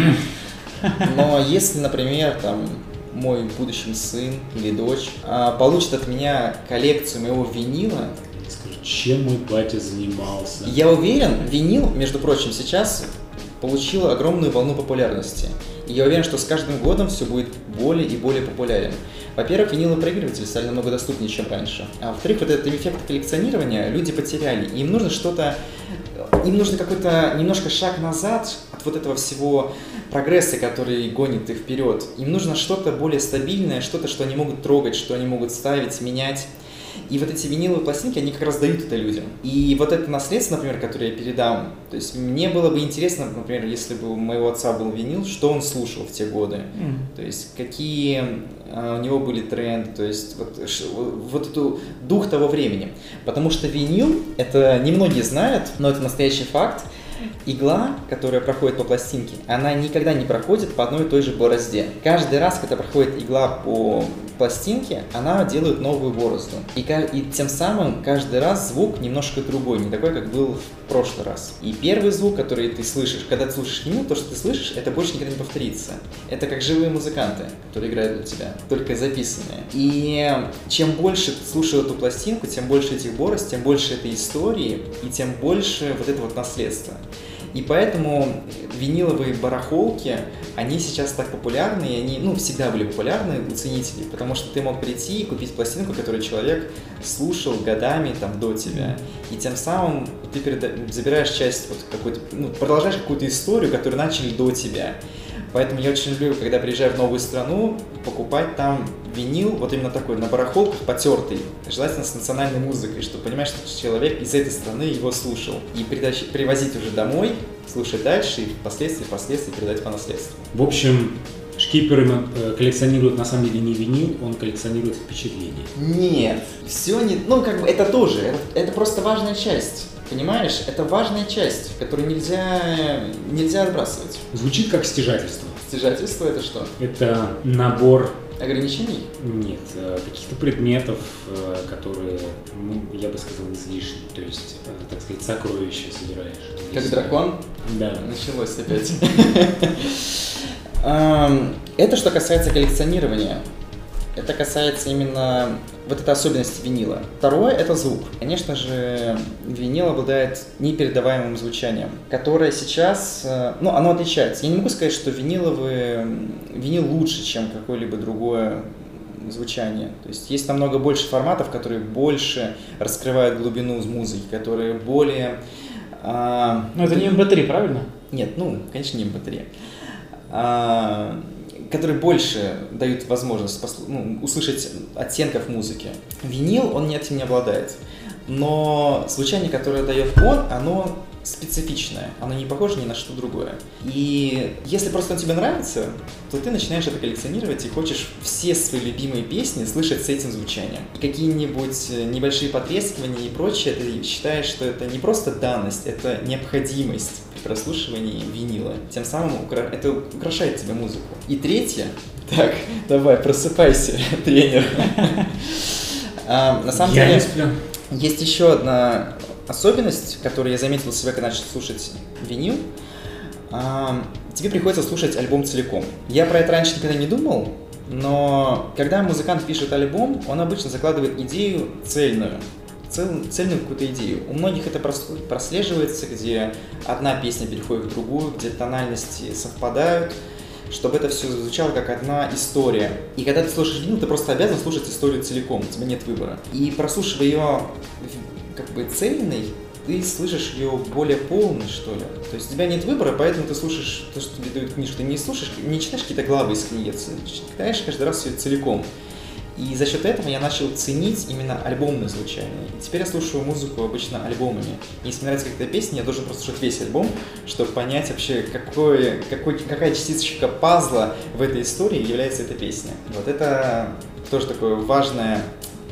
Но если, например, там мой будущий сын или дочь получит от меня коллекцию моего винила, скажу, чем мой батя занимался? Я уверен, винил, между прочим, сейчас получил огромную волну популярности. И я уверен, что с каждым годом все будет более и более популярен. Во-первых, виниловые проигрыватели стали намного доступнее, чем раньше. А во-вторых, вот этот эффект коллекционирования люди потеряли. Им нужно какой-то немножко шаг назад от вот этого всего прогресса, который гонит их вперед. Им нужно что-то более стабильное, что-то, что они могут трогать, что они могут ставить, менять. И вот эти виниловые пластинки, они как раз дают это людям. И вот это наследство, например, которое я передам, то есть мне было бы интересно, например, если бы у моего отца был винил, что он слушал в те годы, то есть какие у него были тренды, то есть вот эту дух того времени. Потому что винил, это немногие знают, но это настоящий факт. Игла, которая проходит по пластинке, она никогда не проходит по одной и той же борозде. Каждый раз, когда проходит игла по пластинке, она делает новую борозду. И тем самым каждый раз звук немножко другой, не такой, как был в прошлый раз. И первый звук, который ты слышишь, когда ты слушаешь винил, то, что ты слышишь, это больше никогда не повторится. Это как живые музыканты, которые играют для тебя, только записанные. И чем больше ты слушал эту пластинку, тем больше этих борозд, тем больше этой истории, и тем больше вот этого вот наследства. И поэтому виниловые барахолки, они сейчас так популярны, и они, всегда были популярны у ценителей, потому что ты мог прийти и купить пластинку, которую человек слушал годами до тебя, и тем самым ты забираешь часть какой-то, продолжаешь какую-то историю, которую начали до тебя. Поэтому я очень люблю, когда приезжаю в новую страну, покупать там винил, вот именно такой, на барахолках потертый, желательно с национальной музыкой, чтобы понимать, что человек из этой страны его слушал. И привозить уже домой, слушать дальше и впоследствии передать по наследству. В общем, Шкипер коллекционирует на самом деле не винил, он коллекционирует впечатления. Нет, все не... это тоже, это просто важная часть. Понимаешь, это важная часть, которую нельзя отбрасывать. Звучит как стяжательство. Стяжательство — это что? Это набор... ограничений? Нет, каких-то предметов, которые, я бы сказал, излишни. То есть, так сказать, сокровища собираешь. Как дракон? Да. Началось опять. Это что касается коллекционирования. Это касается именно вот этой особенности винила. Второе — это звук. Конечно же, винил обладает непередаваемым звучанием, которое сейчас, оно отличается. Я не могу сказать, что винил лучше, чем какое-либо другое звучание. То есть есть намного больше форматов, которые больше раскрывают глубину музыки, которые более... это не MP3, правильно? Нет, конечно, не MP3. Которые больше дают возможность услышать оттенков музыки. Винил, он этим не обладает. Но звучание, которое дает оно специфичное, оно не похоже ни на что другое. И если просто он тебе нравится, то ты начинаешь это коллекционировать и хочешь все свои любимые песни слышать с этим звучанием. И какие-нибудь небольшие потрескивания и прочее, ты считаешь, что это не просто данность, это необходимость при прослушивании винила. Тем самым это украшает тебе музыку. И третье, так, давай, просыпайся, тренер. На самом деле, есть еще одна особенность, которую я заметил у себя, когда начал слушать винил. Тебе приходится слушать альбом целиком. Я про это раньше никогда не думал, но когда музыкант пишет альбом, он обычно закладывает идею цельную какую-то идею. У многих это прослеживается, где одна песня переходит в другую, где тональности совпадают, чтобы это все звучало как одна история. И когда ты слушаешь винил, ты просто обязан слушать историю целиком, у тебя нет выбора. И прослушивая ее цельной, ты слышишь ее более полной, что ли. То есть у тебя нет выбора, поэтому ты слушаешь то, что тебе дают книжку. Ты не слушаешь, не читаешь какие-то главы из книги, читаешь каждый раз все целиком. И за счет этого я начал ценить именно альбомное звучание. И теперь я слушаю музыку обычно альбомами. Если мне нравится какая-то песня, я должен просто слушать весь альбом, чтобы понять вообще, какая частичка пазла в этой истории является эта песня. Вот это тоже такое важное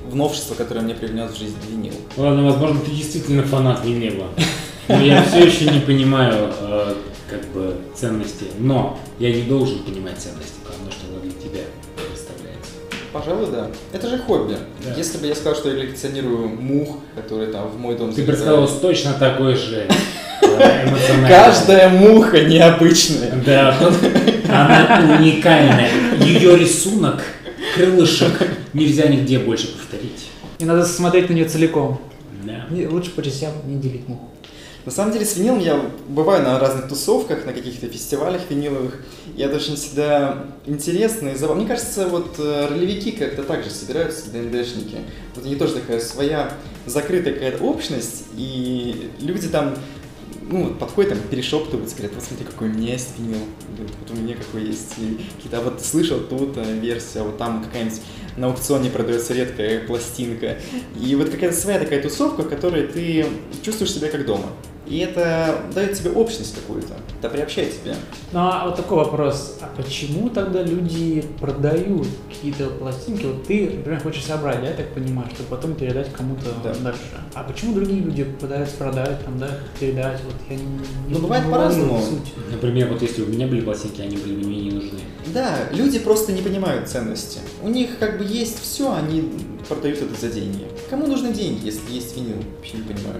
в новшество, которое мне привнес в жизнь винил. Ладно, возможно, ты действительно фанат винила. Но я все еще не понимаю ценности. Но я не должен понимать ценности, потому что для тебя представляется. Пожалуй, да. Это же хобби. Да. Если бы я сказал, что я коллекционирую мух, которые там в мой дом Ты представил точно такой же эмоциональный. Каждая муха необычная. Да, она уникальная. Ее рисунок, крылышек нельзя нигде больше повторить. И надо смотреть на нее целиком. Да. Лучше по частям не делить муху. На самом деле с винилом я бываю на разных тусовках, на каких-то фестивалях виниловых, и это очень всегда интересно и забавно. Мне кажется, вот ролевики как-то так же собираются, ДНДшники. Вот у них тоже такая своя закрытая какая-то общность, и люди там подходят, там, перешептываются, говорят, вот смотри, какой у меня есть винил, вот у меня какой есть, и какие-то, вот слышал тут версия, вот там какая-нибудь на аукционе продается редкая пластинка. И вот какая-то своя такая тусовка, в которой ты чувствуешь себя как дома. И это дает тебе общность какую-то, это приобщает тебя. Ну а вот такой вопрос, а почему тогда люди продают какие-то пластинки? Вот ты, например, хочешь собрать, да, я так понимаю, чтобы потом передать кому-то дальше. А почему другие люди пытаются продать, там, да, передать? Вот я не бывает по-разному. Например, вот если у меня были пластинки, они были мне не нужны. Да, люди просто не понимают ценности. У них как бы есть все, они продают это за деньги. Кому нужны деньги, если есть винил? Вообще не понимаю.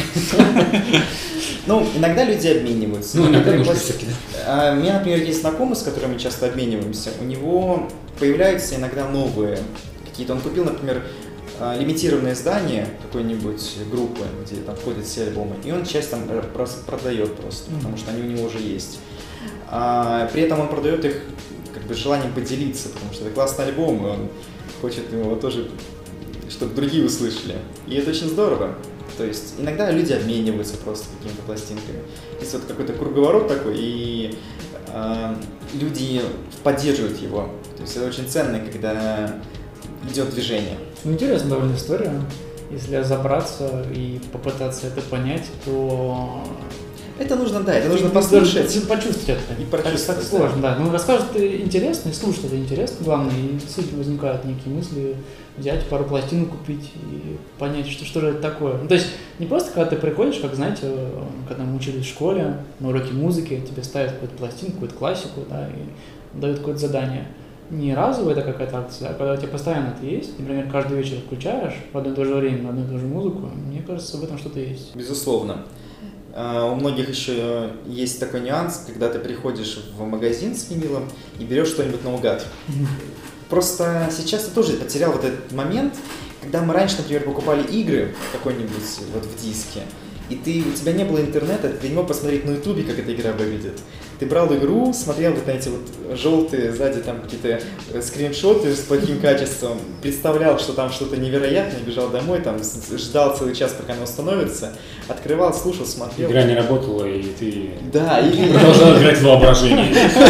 Иногда люди обмениваются. Иногда нужно все-таки, да. У меня, например, есть знакомый, с которым мы часто обмениваемся. У него появляются иногда новые какие-то. Он купил, например, лимитированное издание какой-нибудь группы, где там входят все альбомы, и он часть там продает просто, потому что они у него уже есть. При этом он продает их как бы с желанием поделиться, потому что это классный альбом, и он хочет его тоже, чтобы другие услышали. И это очень здорово. То есть иногда люди обмениваются просто какими-то пластинками. Есть вот какой-то круговорот такой, и люди поддерживают его. То есть это очень ценно, когда идет движение. Интересная довольно история. Если разобраться и попытаться это понять, то... Это нужно, да, это нужно послушать. Почувствовать это. И прочувствовать. Так сложно, да. Ну, рассказывать это интересно, и слушать это интересно, главное. И действительно возникают некие мысли, взять пару пластинок, купить и понять, что же это такое. Ну, то есть не просто когда ты приходишь, как, знаете, когда мы учились в школе, на уроке музыки, тебе ставят какую-то пластинку, какую-то классику, да, и дают какое-то задание. Не разовая это какая-то акция, а когда у тебя постоянно это есть, например, каждый вечер включаешь в одно и то же время, на одну и ту же музыку, мне кажется, в этом что-то есть. Безусловно. У многих еще есть такой нюанс, когда ты приходишь в магазин с винилом и берешь что-нибудь наугад. Просто сейчас ты тоже потерял вот этот момент, когда мы раньше, например, покупали игры какой-нибудь вот в диске, и у тебя не было интернета, ты не мог посмотреть на ютубе, как эта игра выглядит. Ты брал игру, смотрел вот на эти вот желтые сзади там какие-то скриншоты с плохим качеством, представлял, что там что-то невероятное, бежал домой, там ждал целый час, пока оно установится, открывал, слушал, смотрел. Игра не работала, и ты продолжал играть в воображение.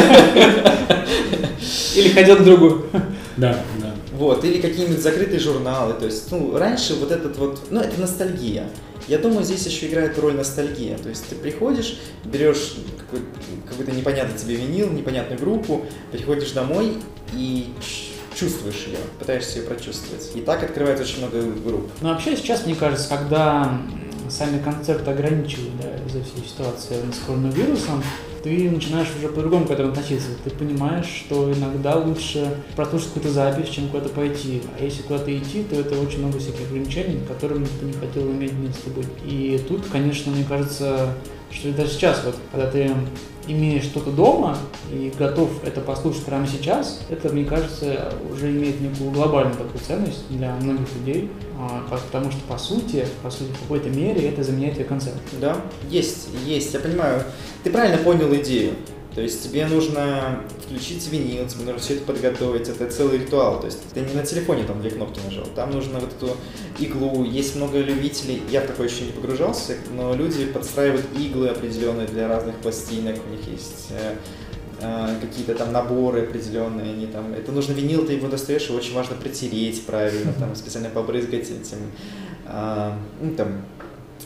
Или ходил к другу. Да, да. Вот, или какие-нибудь закрытые журналы. То есть, раньше вот этот вот, это ностальгия. Я думаю, здесь еще играет роль ностальгия. То есть ты приходишь, берешь какой-то непонятный тебе винил, непонятную группу, приходишь домой и чувствуешь ее, пытаешься ее прочувствовать. И так открывается очень много групп. Но вообще сейчас, мне кажется, когда сами концерты ограничивают, да, из-за всей ситуации с коронавирусом, ты начинаешь уже по-другому к этому относиться. Ты понимаешь, что иногда лучше прослушать какую-то запись, чем куда-то пойти. А если куда-то идти, то это очень много всяких ограничений, которыми ты не хотел иметь вместе быть. И тут, конечно, мне кажется, что даже сейчас, вот, когда ты имеешь что-то дома и готов это послушать прямо сейчас, это, мне кажется, уже имеет некую глобальную такую ценность для многих людей, потому что, по сути, в какой-то мере это заменяет тебе концерт. Да, есть, я понимаю. Ты правильно понял идею. То есть тебе нужно включить винил, тебе нужно все это подготовить, это целый ритуал. То есть ты не на телефоне там 2 кнопки нажал, там нужно вот эту иглу, есть много любителей, я в такое еще не погружался, но люди подстраивают иглы определенные для разных пластинок, у них есть какие-то там наборы определенные, они там, это нужно винил, ты его достаешь, его очень важно протереть правильно, там специально побрызгать этим,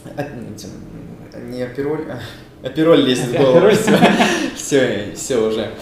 не апероль, апероль лезет в голову, все уже.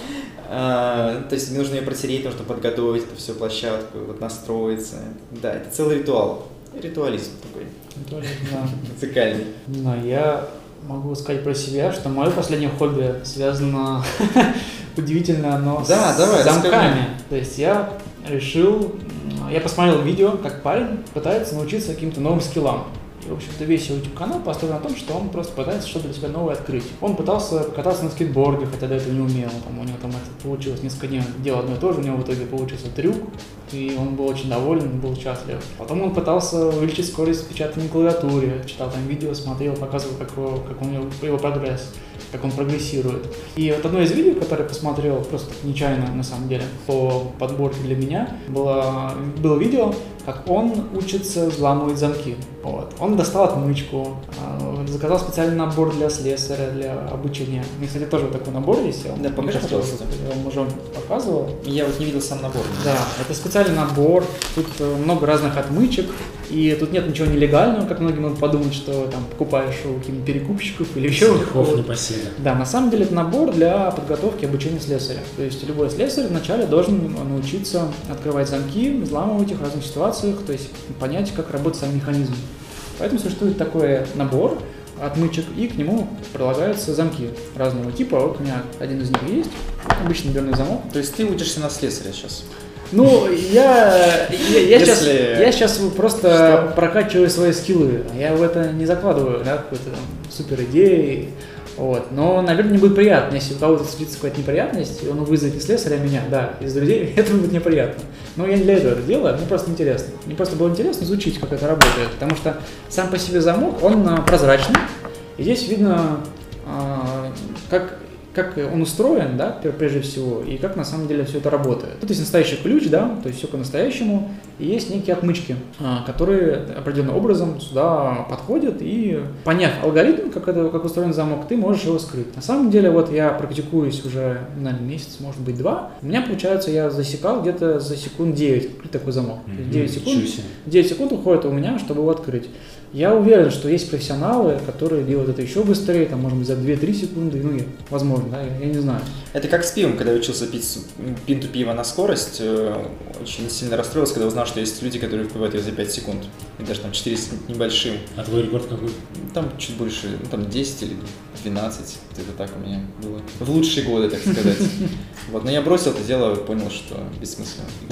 То есть нужно ее протереть, нужно подготовить эту всю площадку, вот настроиться. Да, это целый ритуал. Ритуализм такой. Музыкальный. Да, я могу сказать про себя, что мое последнее хобби связано удивительно, но с замками. Расскажи. То есть я посмотрел видео, как парень пытается научиться каким-то новым скиллам. И, в общем-то, весь его YouTube-канал построен на том, что он просто пытается что-то для себя новое открыть. Он пытался кататься на скейтборде, хотя до этого не умел. У него там это получилось несколько дней, делал одно и то же, у него в итоге получился трюк, и он был очень доволен, был счастлив. Потом он пытался увеличить скорость печатания на клавиатуре, читал там видео, смотрел, показывал, как у него его прогресс, как он прогрессирует. И вот одно из видео, которое я посмотрел просто нечаянно, на самом деле, по подборке для меня, было видео, как он учится взламывать замки. Вот. Он достал отмычку, заказал специальный набор для слесаря, для обучения. У меня, кстати, тоже вот такой набор есть. Да, покажи, пожалуйста. Я вам уже показывал. Я вот не видел сам набор. Да, это специальный набор, тут много разных отмычек, и тут нет ничего нелегального, как многие могут подумать, что там покупаешь у каких-нибудь перекупщиков или еще Стихов непоседа. Да, на самом деле это набор для подготовки и обучения слесаря. То есть любой слесарь вначале должен научиться открывать замки, взламывать их в разных ситуациях, то есть понять, как работает сам механизм. Поэтому существует такой набор отмычек, и к нему прилагаются замки разного типа. Вот у меня один из них есть, обычный дверной замок. То есть ты учишься на слесаря сейчас? Ну, я сейчас просто прокачиваю свои скиллы. Я в это не закладываю, да, какой-то там супер идеи. Вот. Но, наверное, не будет приятно, если у кого-то случится какая-то неприятность, и он вызовет из слесаря меня, да, из друзей, это будет неприятно. Но я не для этого это делаю, мне просто интересно. Мне просто было интересно изучить, как это работает, потому что сам по себе замок, он прозрачный, и здесь видно, как он устроен, да, прежде всего, и как на самом деле все это работает. Тут есть настоящий ключ, да, то есть все по-настоящему, и есть некие отмычки, которые определенным образом сюда подходят, и поняв алгоритм, как устроен замок, ты можешь его скрыть. На самом деле, вот я практикуюсь уже, наверное, месяц, может быть, 2, у меня, получается, я засекал где-то за секунд 9 открыть такой замок. 9 секунд уходит у меня, чтобы его открыть. Я уверен, что есть профессионалы, которые делают это еще быстрее, там, может быть, за 2-3 секунды, ну, возможно, да, я не знаю. Это как с пивом, когда я учился пить пинту пива на скорость, очень сильно расстроился, когда узнал, что есть люди, которые выпивают ее за 5 секунд, и даже там 4 с небольшим. А твой рекорд какой? Там чуть больше, ну, там 10 или 12, это так у меня было. В лучшие годы, так сказать. Вот, но я бросил это дело, понял, что бессмысленно. К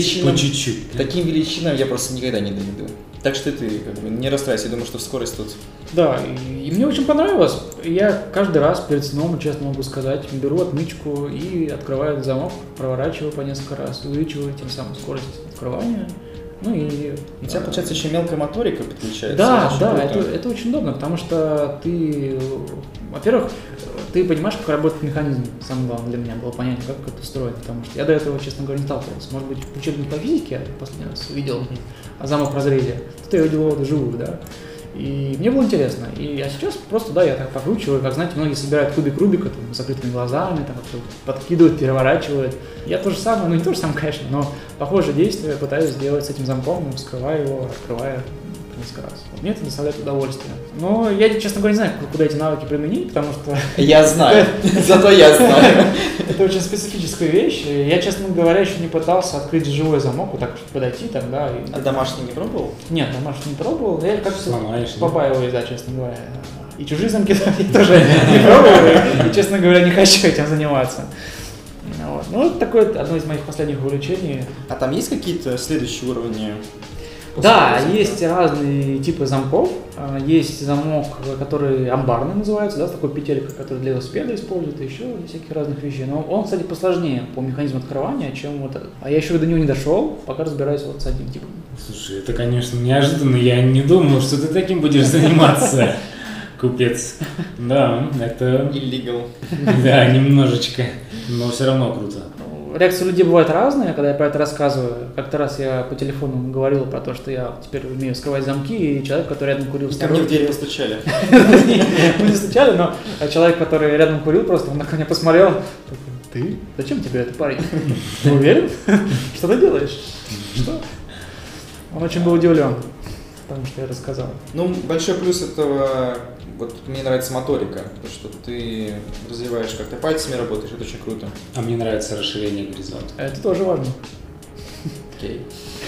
таким величинам я просто никогда не дойду. Так что ты как бы не расстраивайся, я думаю, что в скорость тут. Да, и мне очень понравилось. Я каждый раз перед сном, честно могу сказать, беру отмычку и открываю замок, проворачиваю по несколько раз, увеличиваю тем самым скорость открывания. Ну и... У тебя, получается, еще мелкая моторика подключается. Да, это очень удобно, потому что ты, во-первых, ты понимаешь, как работает механизм. Самое главное для меня было понять, как это устроено, потому что я до этого, честно говоря, не сталкивался. Может быть, в учебнике по физике я последний раз видел замок в разрезе, тут я видел его вживую, да. И мне было интересно. А сейчас просто, да, я так покручиваю, как, знаете, многие собирают кубик Рубика там, с закрытыми глазами, там, подкидывают, переворачивают. Я то же самое, ну не то же самое, конечно, но похожее действие пытаюсь сделать с этим замком, вскрываю его, открываю несколько раз. Мне это доставляет удовольствие. Но я, честно говоря, не знаю, куда эти навыки применить, потому что... Я знаю, зато я знаю. Это очень специфическая вещь. Я, честно говоря, еще не пытался открыть живой замок, вот так подойти там, да. А домашний не пробовал? Нет, домашний не пробовал. Я как-то сломаешь, побаиваюсь, да, честно говоря. И чужие замки я тоже не пробовал, и, честно говоря, не хочу этим заниматься. Ну, это такое одно из моих последних увлечений. А там есть какие-то следующие уровни? Да, есть разные типы замков. Есть замок, который амбарный называется, да, с такой петелькой, который для велосипеда используют, и еще всяких разных вещей. Но он, кстати, посложнее по механизму открывания, чем вот этот. А я еще до него не дошел, пока разбираюсь вот с одним типом. Слушай, это, конечно, неожиданно. Я не думал, что ты таким будешь заниматься. Купец. Да, это... Illegal. Да, немножечко, но все равно круто. Реакции людей бывают разные, когда я про это рассказываю. Как-то раз я по телефону говорил про то, что я теперь умею вскрывать замки, и человек, который рядом курил... Ко мне в дверь постучали. Мы не стучали, но человек, который рядом курил, просто он на меня посмотрел. Ты? Зачем тебе это, парень? Ты уверен? Что ты делаешь? Что? Он очень был удивлен, потому что я рассказал. Ну, большой плюс этого Вот мне нравится моторика, то, что ты развиваешь как-то пальцами, работаешь, это очень круто. А мне нравится расширение горизонта. Это тоже важно. Окей.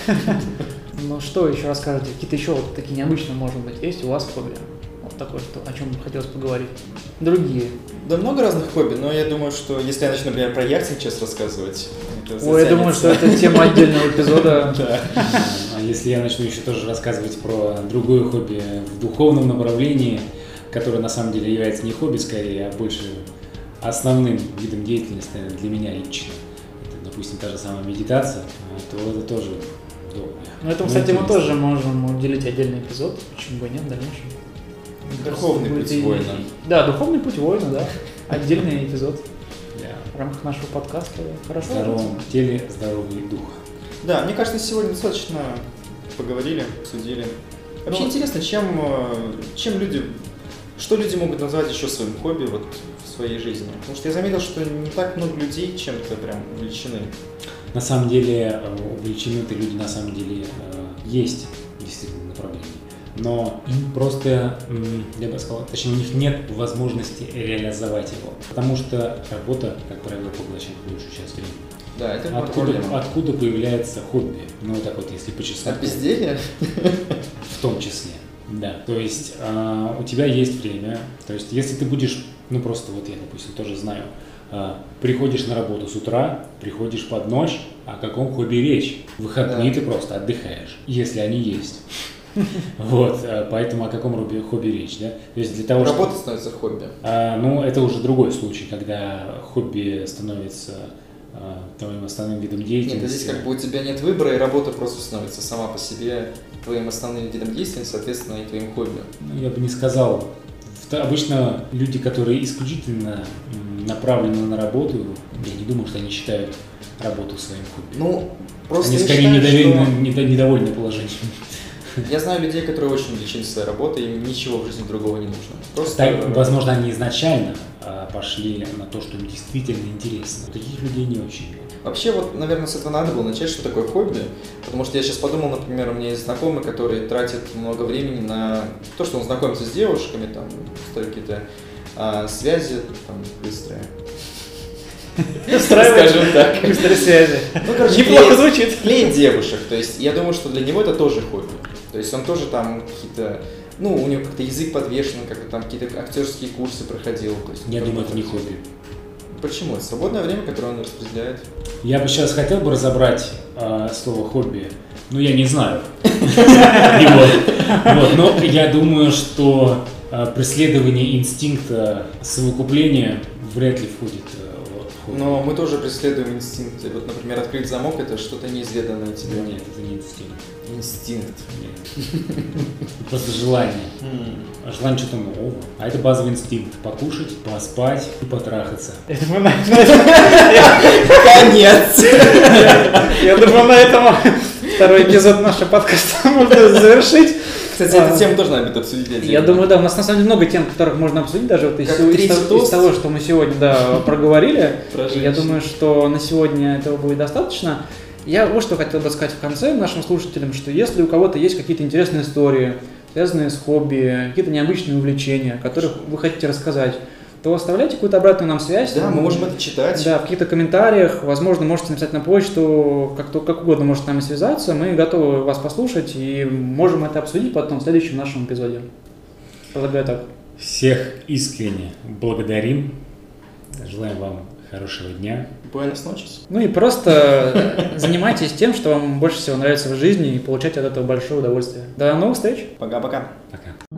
Ну что еще расскажете? Какие-то еще вот такие необычные, может быть, есть у вас хобби? Вот такое, что, о чем хотелось поговорить. Другие. Да много разных хобби, но я думаю, что если я начну, например, про яхтинг сейчас рассказывать, это Ой, я думаю, что это тема отдельного эпизода. Да. А если я начну еще тоже рассказывать про другое хобби в духовном направлении, которое на самом деле является не хобби скорее, а больше основным видом деятельности для меня лично, это, допустим, та же самая медитация, то это тоже долго. Ну, этому, кстати, мы тоже можем уделить отдельный эпизод, почему бы и нет, в дальнейшем. Духовный путь воина. Да, духовный путь воина, да. Отдельный эпизод Да. в рамках нашего подкаста. Хорошо. В здоровом теле здоровый дух. Да, мне кажется, сегодня достаточно поговорили, обсудили. Вообще Ну, интересно, чем люди, что люди могут назвать еще своим хобби вот в своей жизни? Потому что я заметил, что не так много людей чем-то прям увлечены. На самом деле увлечены-то люди на самом деле есть действительно направление. Но им просто, я бы сказал, точнее, у них нет возможности реализовать его. Потому что работа, как правило, поглощает большую часть времени. Да, это проблема. Откуда появляется хобби? Ну, так вот, если по часам. От безделья? В том числе, да. То есть у тебя есть время. То есть если ты будешь, ну просто вот я, допустим, тоже знаю, приходишь на работу с утра, приходишь под ночь, о каком хобби речь? В выходные ты просто отдыхаешь, если они есть. Вот, поэтому о каком хобби речь, да? То есть для того, Работа становится хобби. Ну, это уже другой случай, когда хобби становится твоим основным видом деятельности. Нет, здесь как бы у тебя нет выбора, и работа просто становится сама по себе твоим основным видом деятельности, соответственно, и твоим хобби. Ну, я бы не сказал. Обычно люди, которые исключительно направлены на работу, я не думаю, что они считают работу своим хобби. Ну, просто они я скорее считаю, недовольны положением. Я знаю людей, которые очень увлечены своей работой, им ничего в жизни другого не нужно. Просто... Так, возможно, они изначально пошли на то, что им действительно интересно. Таких людей не очень. Вообще, вот, наверное, с этого надо было начать, что такое хобби. Потому что я сейчас подумал, например, у меня есть знакомый, который тратит много времени на то, что он знакомится с девушками, там, строит какие-то связи, там, быстрые. Скажем так. Быстрые связи. Ну, короче, неплохо звучит. Клеит девушек. То есть, я думаю, что для него это тоже хобби. То есть, он тоже там какие-то... Ну, у него как-то язык подвешен, как-то там какие-то актерские курсы проходил. То есть, Я думаю, это не хобби. Почему? Это свободное время, которое он распределяет. Я бы сейчас хотел бы разобрать слово хобби. Ну, я не знаю его. Вот, но я думаю, что преследование инстинкта совокупления вряд ли входит в хобби. Но мы тоже преследуем инстинкты. Вот, например, открыть замок – это что-то неизведанное тебе. Нет, это не инстинкт. Инстинкт. Нет. Просто желание. Желание чего-то нового. А это базовый инстинкт. Покушать, поспать и потрахаться. Конец! Я думаю, на этом второй эпизод нашего подкаста можно завершить. Кстати, эту тему тоже надо будет обсудить. Я думаю, да, у нас на самом деле много тем, которых можно обсудить, даже вот из того, что мы сегодня проговорили. Я думаю, что на сегодня этого будет достаточно. Я вот что хотел бы сказать в конце нашим слушателям, что если у кого-то есть какие-то интересные истории, связанные с хобби, какие-то необычные увлечения, о которых вы хотите рассказать, то оставляйте какую-то обратную нам связь. Да, мы можем это читать. Да, в каких-то комментариях, возможно, можете написать на почту, как угодно можете с нами связаться, мы готовы вас послушать и можем это обсудить потом в следующем нашем эпизоде. Предлагаю так. Всех искренне благодарим. Желаем вам хорошего дня. Буэнос ночес. Ну и просто занимайтесь тем, что вам больше всего нравится в жизни и получайте от этого большое удовольствие. До новых встреч! Пока-пока. Пока.